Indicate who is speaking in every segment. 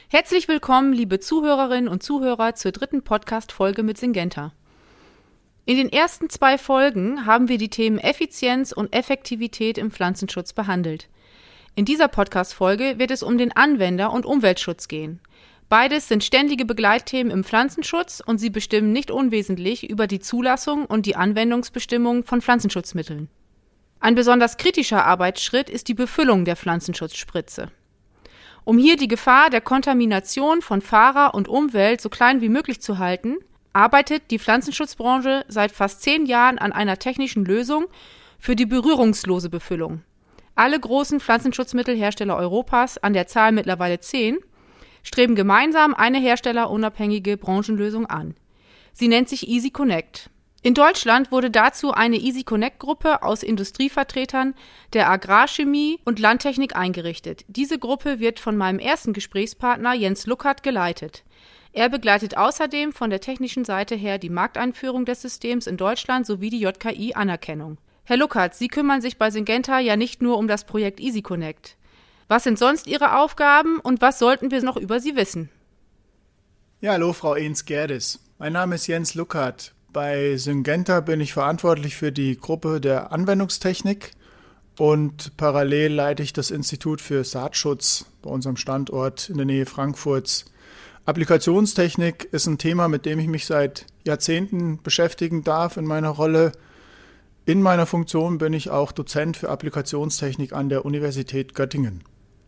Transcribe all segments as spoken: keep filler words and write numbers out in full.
Speaker 1: Herzlich willkommen, liebe Zuhörerinnen und Zuhörer, zur dritten Podcast-Folge mit Syngenta. In den ersten zwei Folgen haben wir die Themen Effizienz und Effektivität im Pflanzenschutz behandelt. In dieser Podcast-Folge wird es um den Anwender- und Umweltschutz gehen. Beides sind ständige Begleitthemen im Pflanzenschutz und sie bestimmen nicht unwesentlich über die Zulassung und die Anwendungsbestimmungen von Pflanzenschutzmitteln. Ein besonders kritischer Arbeitsschritt ist die Befüllung der Pflanzenschutzspritze. Um hier die Gefahr der Kontamination von Fahrer und Umwelt so klein wie möglich zu halten, arbeitet die Pflanzenschutzbranche seit fast zehn Jahren an einer technischen Lösung für die berührungslose Befüllung. Alle großen Pflanzenschutzmittelhersteller Europas, an der Zahl mittlerweile zehn, streben gemeinsam eine herstellerunabhängige Branchenlösung an. Sie nennt sich EasyConnect. In Deutschland wurde dazu eine EasyConnect-Gruppe aus Industrievertretern der Agrarchemie und Landtechnik eingerichtet. Diese Gruppe wird von meinem ersten Gesprächspartner Jens Luckert geleitet. Er begleitet außerdem von der technischen Seite her die Markteinführung des Systems in Deutschland sowie die J K I-Anerkennung. Herr Luckert, Sie kümmern sich bei Syngenta ja nicht nur um das Projekt EasyConnect. Was sind sonst Ihre Aufgaben und was sollten wir noch über Sie wissen?
Speaker 2: Ja, hallo Frau Ehns-Gerdes. Mein Name ist Jens Luckert. Bei Syngenta bin ich verantwortlich für die Gruppe der Anwendungstechnik und parallel leite ich das Institut für Saatschutz bei unserem Standort in der Nähe Frankfurts. Applikationstechnik ist ein Thema, mit dem ich mich seit Jahrzehnten beschäftigen darf in meiner Rolle. In meiner Funktion bin ich auch Dozent für Applikationstechnik an der Universität Göttingen.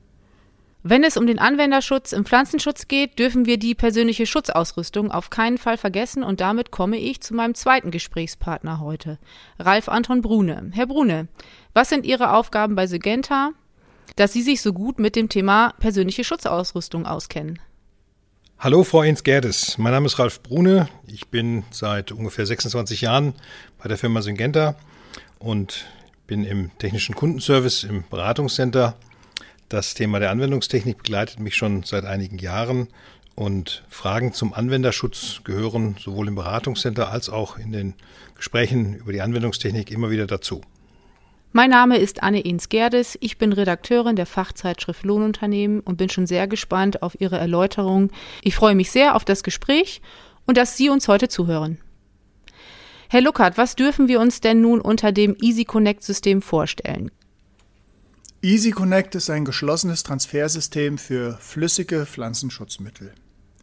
Speaker 1: Wenn es um den Anwenderschutz im Pflanzenschutz geht, dürfen wir die persönliche Schutzausrüstung auf keinen Fall vergessen und damit komme ich zu meinem zweiten Gesprächspartner heute, Ralf Anton Brune. Herr Brune, was sind Ihre Aufgaben bei Syngenta, dass Sie sich so gut mit dem Thema persönliche Schutzausrüstung auskennen?
Speaker 3: Hallo Frau Ehns-Gerdes, mein Name ist Ralf Brune. Ich bin seit ungefähr sechsundzwanzig Jahren bei der Firma Syngenta und bin im technischen Kundenservice im Beratungscenter. Das Thema der Anwendungstechnik begleitet mich schon seit einigen Jahren und Fragen zum Anwenderschutz gehören sowohl im Beratungscenter als auch in den Gesprächen über die Anwendungstechnik immer wieder dazu.
Speaker 1: Mein Name ist Anne Ehns-Gerdes, ich bin Redakteurin der Fachzeitschrift Lohnunternehmen und bin schon sehr gespannt auf Ihre Erläuterung. Ich freue mich sehr auf das Gespräch und dass Sie uns heute zuhören. Herr Luckert, was dürfen wir uns denn nun unter dem EasyConnect-System vorstellen?
Speaker 2: EasyConnect ist ein geschlossenes Transfersystem für flüssige Pflanzenschutzmittel.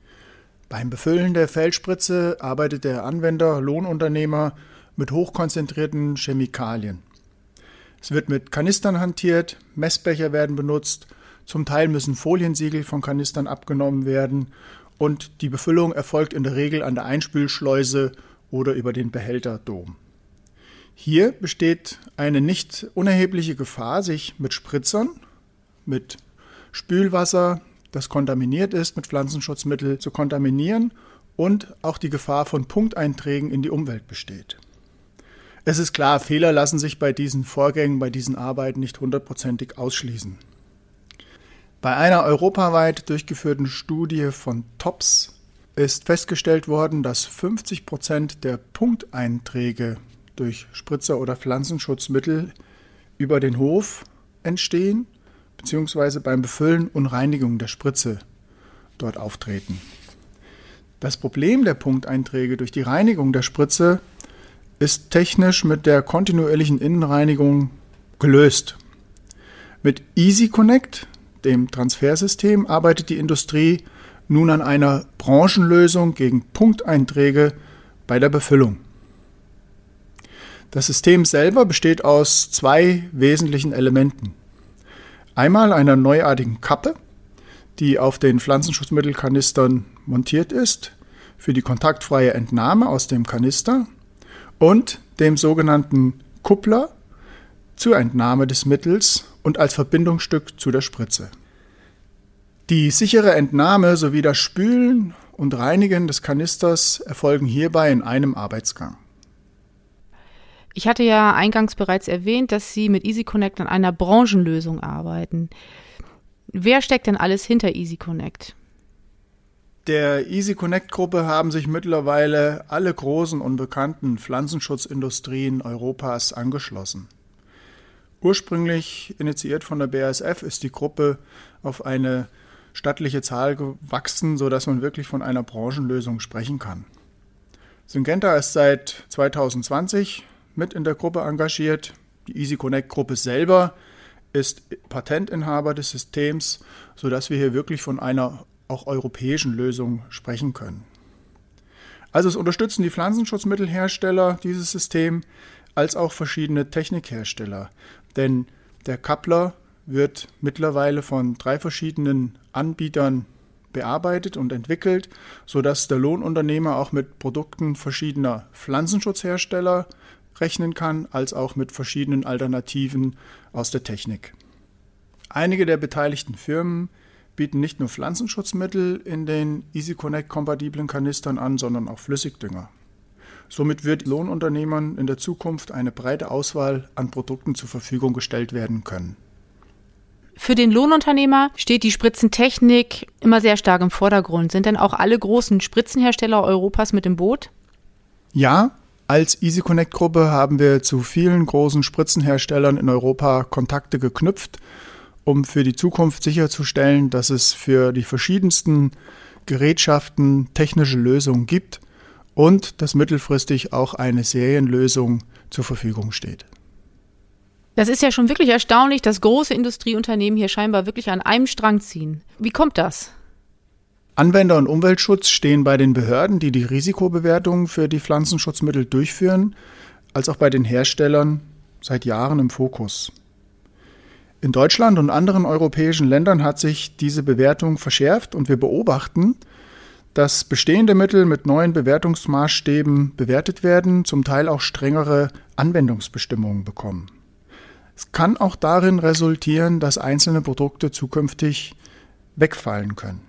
Speaker 2: Beim Befüllen der Feldspritze arbeitet der Anwender, Lohnunternehmer, mit hochkonzentrierten Chemikalien. Es wird mit Kanistern hantiert, Messbecher werden benutzt, zum Teil müssen Foliensiegel von Kanistern abgenommen werden und die Befüllung erfolgt in der Regel an der Einspülschleuse oder über den Behälterdom. Hier besteht eine nicht unerhebliche Gefahr, sich mit Spritzern, mit Spülwasser, das kontaminiert ist, mit Pflanzenschutzmitteln zu kontaminieren und auch die Gefahr von Punkteinträgen in die Umwelt besteht. Es ist klar, Fehler lassen sich bei diesen Vorgängen, bei diesen Arbeiten nicht hundertprozentig ausschließen. Bei einer europaweit durchgeführten Studie von TOPS ist festgestellt worden, dass fünfzig Prozent der Punkteinträge durch Spritzer oder Pflanzenschutzmittel über den Hof entstehen, beziehungsweise beim Befüllen und Reinigung der Spritze dort auftreten. Das Problem der Punkteinträge durch die Reinigung der Spritze ist technisch mit der kontinuierlichen Innenreinigung gelöst. Mit EasyConnect, dem Transfersystem, arbeitet die Industrie nun an einer Branchenlösung gegen Punkteinträge bei der Befüllung. Das System selber besteht aus zwei wesentlichen Elementen. Einmal einer neuartigen Kappe, die auf den Pflanzenschutzmittelkanistern montiert ist, für die kontaktfreie Entnahme aus dem Kanister und dem sogenannten Kuppler zur Entnahme des Mittels und als Verbindungsstück zu der Spritze. Die sichere Entnahme sowie das Spülen und Reinigen des Kanisters erfolgen hierbei in einem Arbeitsgang.
Speaker 1: Ich hatte ja eingangs bereits erwähnt, dass Sie mit EasyConnect an einer Branchenlösung arbeiten. Wer steckt denn alles hinter EasyConnect?
Speaker 2: Der EasyConnect-Gruppe haben sich mittlerweile alle großen und bekannten Pflanzenschutzindustrien Europas angeschlossen. Ursprünglich initiiert von der B A S F ist die Gruppe auf eine stattliche Zahl gewachsen, sodass man wirklich von einer Branchenlösung sprechen kann. Syngenta ist seit zwanzig zwanzig mit in der Gruppe engagiert. Die EasyConnect-Gruppe selber ist Patentinhaber des Systems, sodass wir hier wirklich von einer auch europäischen Lösung sprechen können. Also es unterstützen die Pflanzenschutzmittelhersteller dieses System, als auch verschiedene Technikhersteller. Denn der Coupler wird mittlerweile von drei verschiedenen Anbietern bearbeitet und entwickelt, sodass der Lohnunternehmer auch mit Produkten verschiedener Pflanzenschutzhersteller rechnen kann, als auch mit verschiedenen Alternativen aus der Technik. Einige der beteiligten Firmen bieten nicht nur Pflanzenschutzmittel in den EasyConnect-kompatiblen Kanistern an, sondern auch Flüssigdünger. Somit wird Lohnunternehmern in der Zukunft eine breite Auswahl an Produkten zur Verfügung gestellt werden können.
Speaker 1: Für den Lohnunternehmer steht die Spritzentechnik immer sehr stark im Vordergrund. Sind denn auch alle großen Spritzenhersteller Europas mit im Boot?
Speaker 2: Ja, als EasyConnect-Gruppe haben wir zu vielen großen Spritzenherstellern in Europa Kontakte geknüpft, um für die Zukunft sicherzustellen, dass es für die verschiedensten Gerätschaften technische Lösungen gibt und dass mittelfristig auch eine Serienlösung zur Verfügung steht.
Speaker 1: Das ist ja schon wirklich erstaunlich, dass große Industrieunternehmen hier scheinbar wirklich an einem Strang ziehen. Wie kommt das?
Speaker 2: Anwender- und Umweltschutz stehen bei den Behörden, die die Risikobewertung für die Pflanzenschutzmittel durchführen, als auch bei den Herstellern seit Jahren im Fokus. In Deutschland und anderen europäischen Ländern hat sich diese Bewertung verschärft und wir beobachten, dass bestehende Mittel mit neuen Bewertungsmaßstäben bewertet werden, zum Teil auch strengere Anwendungsbestimmungen bekommen. Es kann auch darin resultieren, dass einzelne Produkte zukünftig wegfallen können.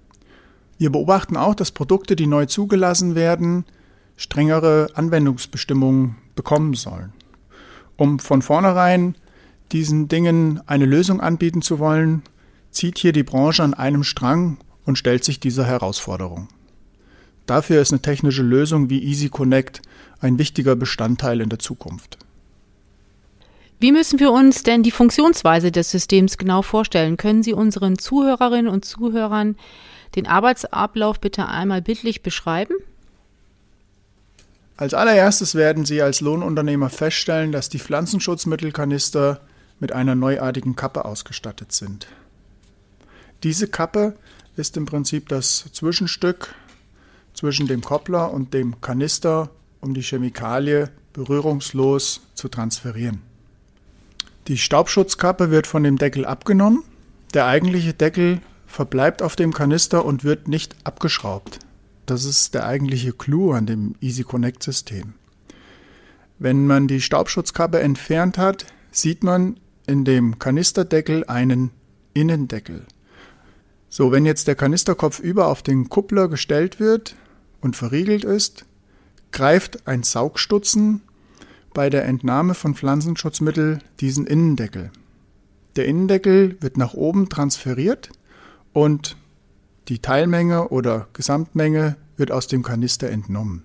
Speaker 2: Wir beobachten auch, dass Produkte, die neu zugelassen werden, strengere Anwendungsbestimmungen bekommen sollen. Um von vornherein diesen Dingen eine Lösung anbieten zu wollen, zieht hier die Branche an einem Strang und stellt sich dieser Herausforderung. Dafür ist eine technische Lösung wie EasyConnect ein wichtiger Bestandteil in der Zukunft.
Speaker 1: Wie müssen wir uns denn die Funktionsweise des Systems genau vorstellen? Können Sie unseren Zuhörerinnen und Zuhörern den Arbeitsablauf bitte einmal bildlich beschreiben?
Speaker 2: Als allererstes werden Sie als Lohnunternehmer feststellen, dass die Pflanzenschutzmittelkanister mit einer neuartigen Kappe ausgestattet sind. Diese Kappe ist im Prinzip das Zwischenstück zwischen dem Koppler und dem Kanister, um die Chemikalie berührungslos zu transferieren. Die Staubschutzkappe wird von dem Deckel abgenommen. Der eigentliche Deckel verbleibt auf dem Kanister und wird nicht abgeschraubt. Das ist der eigentliche Clou an dem EasyConnect-System. Wenn man die Staubschutzkappe entfernt hat, sieht man in dem Kanisterdeckel einen Innendeckel. So, wenn jetzt der Kanisterkopf über auf den Kuppler gestellt wird und verriegelt ist, greift ein Saugstutzen bei der Entnahme von Pflanzenschutzmittel diesen Innendeckel. Der Innendeckel wird nach oben transferiert und die Teilmenge oder Gesamtmenge wird aus dem Kanister entnommen.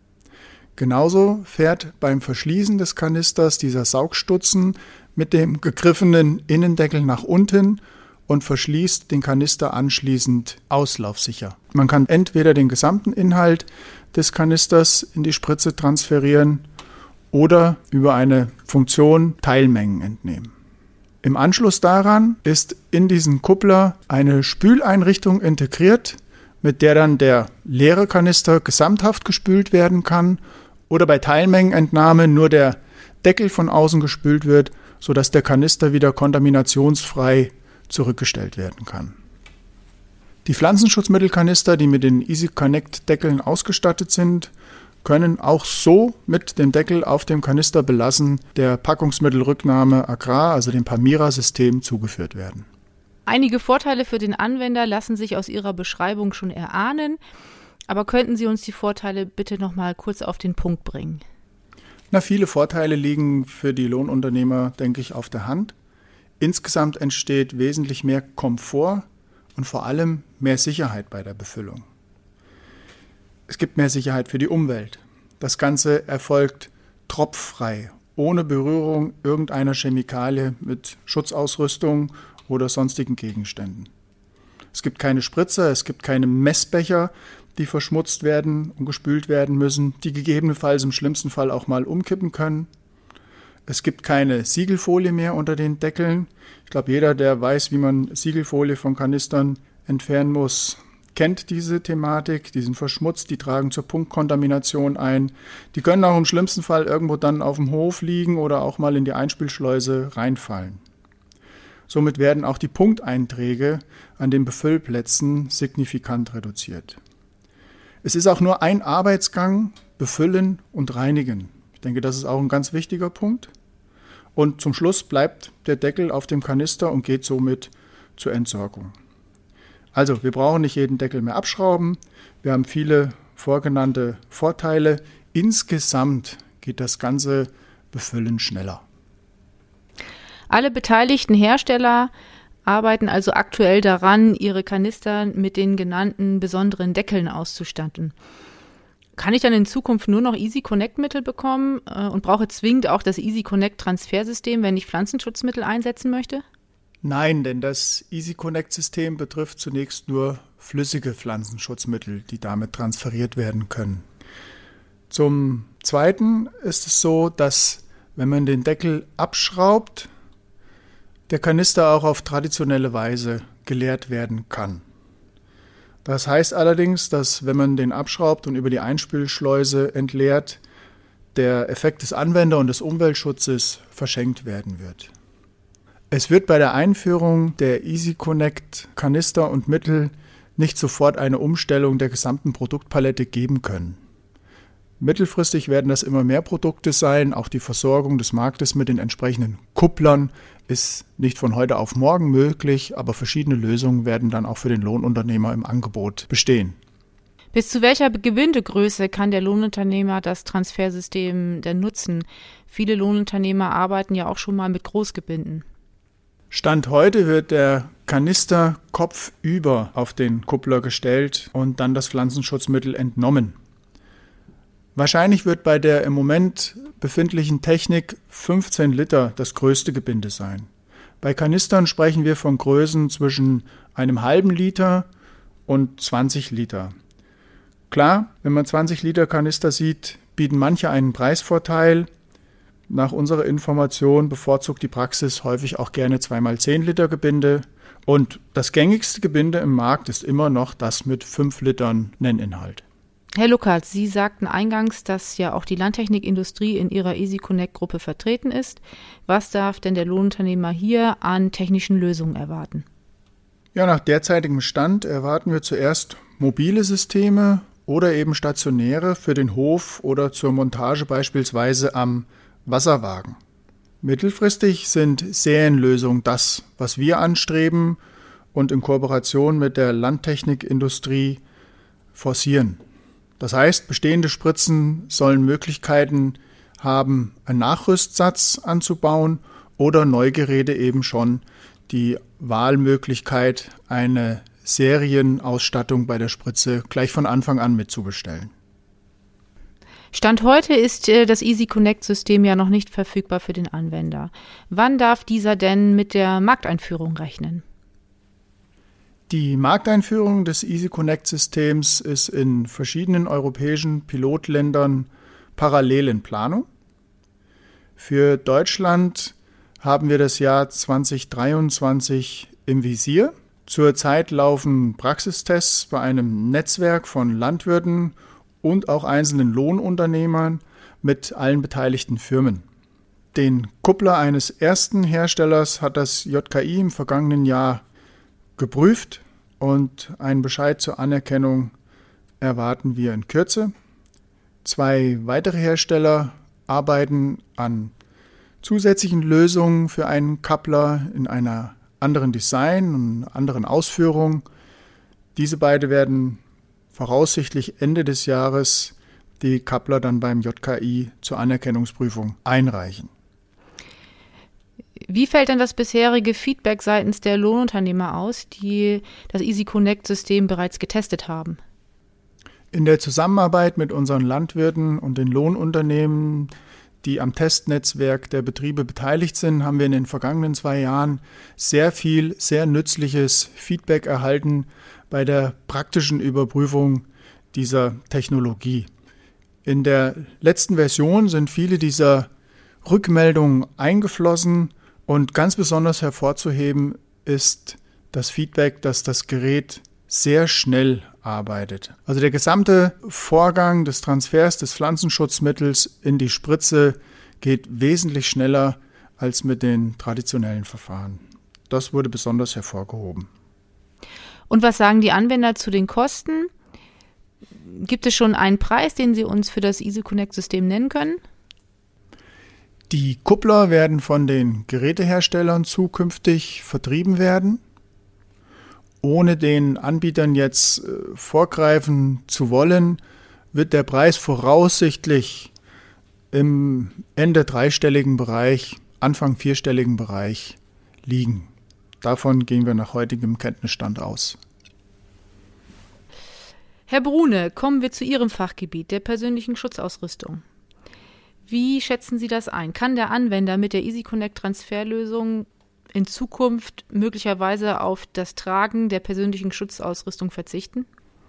Speaker 2: Genauso fährt beim Verschließen des Kanisters dieser Saugstutzen mit dem gegriffenen Innendeckel nach unten und verschließt den Kanister anschließend auslaufsicher. Man kann entweder den gesamten Inhalt des Kanisters in die Spritze transferieren oder über eine Funktion Teilmengen entnehmen. Im Anschluss daran ist in diesen Kuppler eine Spüleinrichtung integriert, mit der dann der leere Kanister gesamthaft gespült werden kann oder bei Teilmengenentnahme nur der Deckel von außen gespült wird, sodass der Kanister wieder kontaminationsfrei zurückgestellt werden kann. Die Pflanzenschutzmittelkanister, die mit den EasyConnect-Deckeln ausgestattet sind, können auch so mit dem Deckel auf dem Kanister belassen der Packungsmittelrücknahme Agrar, also dem Pamira-System, zugeführt werden.
Speaker 1: Einige Vorteile für den Anwender lassen sich aus Ihrer Beschreibung schon erahnen, aber könnten Sie uns die Vorteile bitte noch mal kurz auf den Punkt bringen?
Speaker 2: Na, viele Vorteile liegen für die Lohnunternehmer, denke ich, auf der Hand. Insgesamt entsteht wesentlich mehr Komfort und vor allem mehr Sicherheit bei der Befüllung. Es gibt mehr Sicherheit für die Umwelt. Das Ganze erfolgt tropffrei, ohne Berührung irgendeiner Chemikalie mit Schutzausrüstung oder sonstigen Gegenständen. Es gibt keine Spritzer, es gibt keine Messbecher, die verschmutzt werden und gespült werden müssen, die gegebenenfalls im schlimmsten Fall auch mal umkippen können. Es gibt keine Siegelfolie mehr unter den Deckeln. Ich glaube, jeder, der weiß, wie man Siegelfolie von Kanistern entfernen muss, kennt diese Thematik. Die sind verschmutzt, die tragen zur Punktkontamination ein. Die können auch im schlimmsten Fall irgendwo dann auf dem Hof liegen oder auch mal in die Einspülschleuse reinfallen. Somit werden auch die Punkteinträge an den Befüllplätzen signifikant reduziert. Es ist auch nur ein Arbeitsgang, befüllen und reinigen. Ich denke, das ist auch ein ganz wichtiger Punkt. Und zum Schluss bleibt der Deckel auf dem Kanister und geht somit zur Entsorgung. Also, wir brauchen nicht jeden Deckel mehr abschrauben. Wir haben viele vorgenannte Vorteile. Insgesamt geht das ganze Befüllen schneller.
Speaker 1: Alle beteiligten Hersteller arbeiten also aktuell daran, ihre Kanister mit den genannten besonderen Deckeln auszustatten. Kann ich dann in Zukunft nur noch EasyConnect-Mittel bekommen äh, und brauche zwingend auch das EasyConnect-Transfersystem, wenn ich Pflanzenschutzmittel einsetzen möchte?
Speaker 2: Nein, denn das EasyConnect-System betrifft zunächst nur flüssige Pflanzenschutzmittel, die damit transferiert werden können. Zum Zweiten ist es so, dass wenn man den Deckel abschraubt, der Kanister auch auf traditionelle Weise geleert werden kann. Das heißt allerdings, dass wenn man den abschraubt und über die Einspülschleuse entleert, der Effekt des Anwender- und des Umweltschutzes verschenkt werden wird. Es wird bei der Einführung der EasyConnect Kanister und Mittel nicht sofort eine Umstellung der gesamten Produktpalette geben können. Mittelfristig werden das immer mehr Produkte sein. Auch die Versorgung des Marktes mit den entsprechenden Kupplern ist nicht von heute auf morgen möglich, aber verschiedene Lösungen werden dann auch für den Lohnunternehmer im Angebot bestehen.
Speaker 1: Bis zu welcher Gewindegröße kann der Lohnunternehmer das Transfersystem denn nutzen? Viele Lohnunternehmer arbeiten ja auch schon mal mit Großgebinden.
Speaker 2: Stand heute wird der Kanister kopfüber auf den Kuppler gestellt und dann das Pflanzenschutzmittel entnommen. Wahrscheinlich wird bei der im Moment befindlichen Technik fünfzehn Liter das größte Gebinde sein. Bei Kanistern sprechen wir von Größen zwischen einem halben Liter und zwanzig Liter. Klar, wenn man zwanzig Liter Kanister sieht, bieten manche einen Preisvorteil. Nach unserer Information bevorzugt die Praxis häufig auch gerne zwei mal zehn Liter Gebinde. Und das gängigste Gebinde im Markt ist immer noch das mit fünf Litern Nenninhalt.
Speaker 1: Herr Luckert, Sie sagten eingangs, dass ja auch die Landtechnikindustrie in Ihrer EasyConnect-Gruppe vertreten ist. Was darf denn der Lohnunternehmer hier an technischen Lösungen erwarten?
Speaker 2: Ja, nach derzeitigem Stand erwarten wir zuerst mobile Systeme oder eben stationäre für den Hof oder zur Montage beispielsweise am Wasserwagen. Mittelfristig sind Serienlösungen das, was wir anstreben und in Kooperation mit der Landtechnikindustrie forcieren. Das heißt, bestehende Spritzen sollen Möglichkeiten haben, einen Nachrüstsatz anzubauen oder Neugeräte eben schon die Wahlmöglichkeit, eine Serienausstattung bei der Spritze gleich von Anfang an mitzubestellen.
Speaker 1: Stand heute ist äh, das EasyConnect-System ja noch nicht verfügbar für den Anwender. Wann darf dieser denn mit der Markteinführung rechnen?
Speaker 2: Die Markteinführung des EasyConnect-Systems ist in verschiedenen europäischen Pilotländern parallel in Planung. Für Deutschland haben wir das Jahr zwanzig dreiundzwanzig im Visier. Zurzeit laufen Praxistests bei einem Netzwerk von Landwirten und auch einzelnen Lohnunternehmern mit allen beteiligten Firmen. Den Kuppler eines ersten Herstellers hat das J K I im vergangenen Jahr geprüft und einen Bescheid zur Anerkennung erwarten wir in Kürze. Zwei weitere Hersteller arbeiten an zusätzlichen Lösungen für einen Coupler in einer anderen Design und anderen Ausführung. Diese beiden werden voraussichtlich Ende des Jahres die Coupler dann beim J K I zur Anerkennungsprüfung einreichen.
Speaker 1: Wie fällt denn das bisherige Feedback seitens der Lohnunternehmer aus, die das EasyConnect-System bereits getestet haben?
Speaker 2: In der Zusammenarbeit mit unseren Landwirten und den Lohnunternehmen, die am Testnetzwerk der Betriebe beteiligt sind, haben wir in den vergangenen zwei Jahren sehr viel, sehr nützliches Feedback erhalten bei der praktischen Überprüfung dieser Technologie. In der letzten Version sind viele dieser Rückmeldungen eingeflossen und ganz besonders hervorzuheben ist das Feedback, dass das Gerät sehr schnell arbeitet. Also der gesamte Vorgang des Transfers des Pflanzenschutzmittels in die Spritze geht wesentlich schneller als mit den traditionellen Verfahren. Das wurde besonders hervorgehoben.
Speaker 1: Und was sagen die Anwender zu den Kosten? Gibt es schon einen Preis, den Sie uns für das EasyConnect-System nennen können?
Speaker 2: Die Kuppler werden von den Geräteherstellern zukünftig vertrieben werden. Ohne den Anbietern jetzt äh, vorgreifen zu wollen, wird der Preis voraussichtlich im Ende dreistelligen Bereich, Anfang vierstelligen Bereich liegen. Davon gehen wir nach heutigem Kenntnisstand aus.
Speaker 1: Herr Brune, kommen wir zu Ihrem Fachgebiet, der persönlichen Schutzausrüstung. Wie schätzen Sie das ein? Kann der Anwender mit der EasyConnect-Transferlösung in Zukunft möglicherweise auf das Tragen der persönlichen Schutzausrüstung verzichten?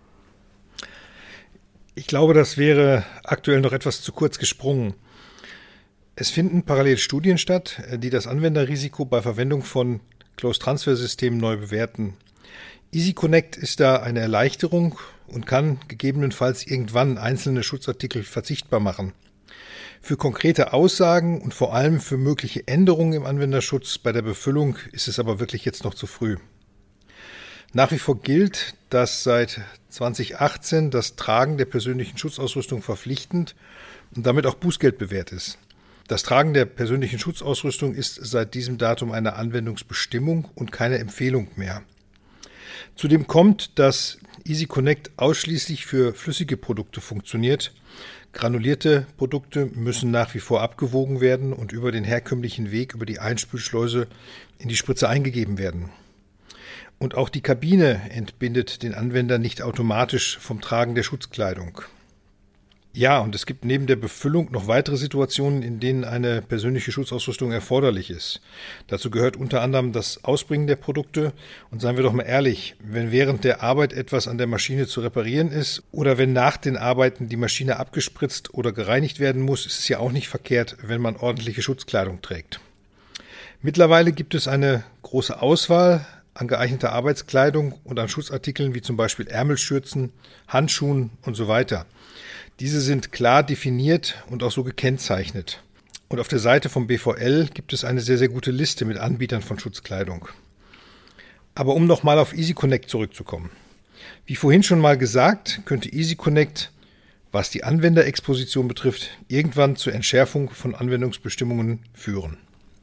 Speaker 3: Ich glaube, das wäre aktuell noch etwas zu kurz gesprungen. Es finden parallel Studien statt, die das Anwenderrisiko bei Verwendung von Closed-Transfer-Systemen neu bewerten. EasyConnect ist da eine Erleichterung und kann gegebenenfalls irgendwann einzelne Schutzartikel verzichtbar machen. Für konkrete Aussagen und vor allem für mögliche Änderungen im Anwenderschutz bei der Befüllung ist es aber wirklich jetzt noch zu früh. Nach wie vor gilt, dass seit zwanzig achtzehn das Tragen der persönlichen Schutzausrüstung verpflichtend und damit auch Bußgeld bewährt ist. Das Tragen der persönlichen Schutzausrüstung ist seit diesem Datum eine Anwendungsbestimmung und keine Empfehlung mehr. Zudem kommt, dass EasyConnect ausschließlich für flüssige Produkte funktioniert. Granulierte Produkte müssen nach wie vor abgewogen werden und über den herkömmlichen Weg über die Einspülschleuse in die Spritze eingegeben werden. Und auch die Kabine entbindet den Anwender nicht automatisch vom Tragen der Schutzkleidung. Ja, und es gibt neben der Befüllung noch weitere Situationen, in denen eine persönliche Schutzausrüstung erforderlich ist. Dazu gehört unter anderem das Ausbringen der Produkte. Und seien wir doch mal ehrlich, wenn während der Arbeit etwas an der Maschine zu reparieren ist oder wenn nach den Arbeiten die Maschine abgespritzt oder gereinigt werden muss, ist es ja auch nicht verkehrt, wenn man ordentliche Schutzkleidung trägt. Mittlerweile gibt es eine große Auswahl an geeigneter Arbeitskleidung und an Schutzartikeln wie zum Beispiel Ärmelschürzen, Handschuhen und so weiter. Diese sind klar definiert und auch so gekennzeichnet. Und auf der Seite vom B V L gibt es eine sehr, sehr gute Liste mit Anbietern von Schutzkleidung. Aber um nochmal auf EasyConnect zurückzukommen. Wie vorhin schon mal gesagt, könnte EasyConnect, was die Anwenderexposition betrifft, irgendwann zur Entschärfung von Anwendungsbestimmungen führen.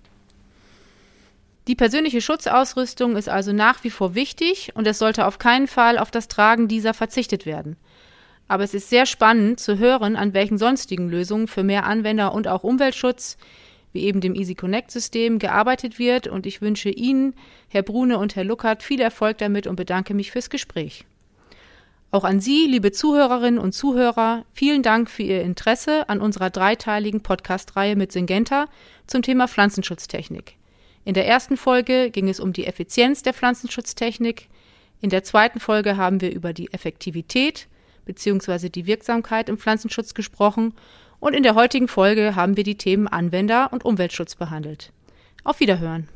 Speaker 1: Die persönliche Schutzausrüstung ist also nach wie vor wichtig und es sollte auf keinen Fall auf das Tragen dieser verzichtet werden. Aber es ist sehr spannend zu hören, an welchen sonstigen Lösungen für mehr Anwender und auch Umweltschutz, wie eben dem EasyConnect-System, gearbeitet wird. Und ich wünsche Ihnen, Herr Brune und Herr Luckert, viel Erfolg damit und bedanke mich fürs Gespräch. Auch an Sie, liebe Zuhörerinnen und Zuhörer, vielen Dank für Ihr Interesse an unserer dreiteiligen Podcast-Reihe mit Syngenta zum Thema Pflanzenschutztechnik. In der ersten Folge ging es um die Effizienz der Pflanzenschutztechnik. In der zweiten Folge haben wir über die Effektivität bzw. die Wirksamkeit im Pflanzenschutz gesprochen und in der heutigen Folge haben wir die Themen Anwender und Umweltschutz behandelt. Auf Wiederhören!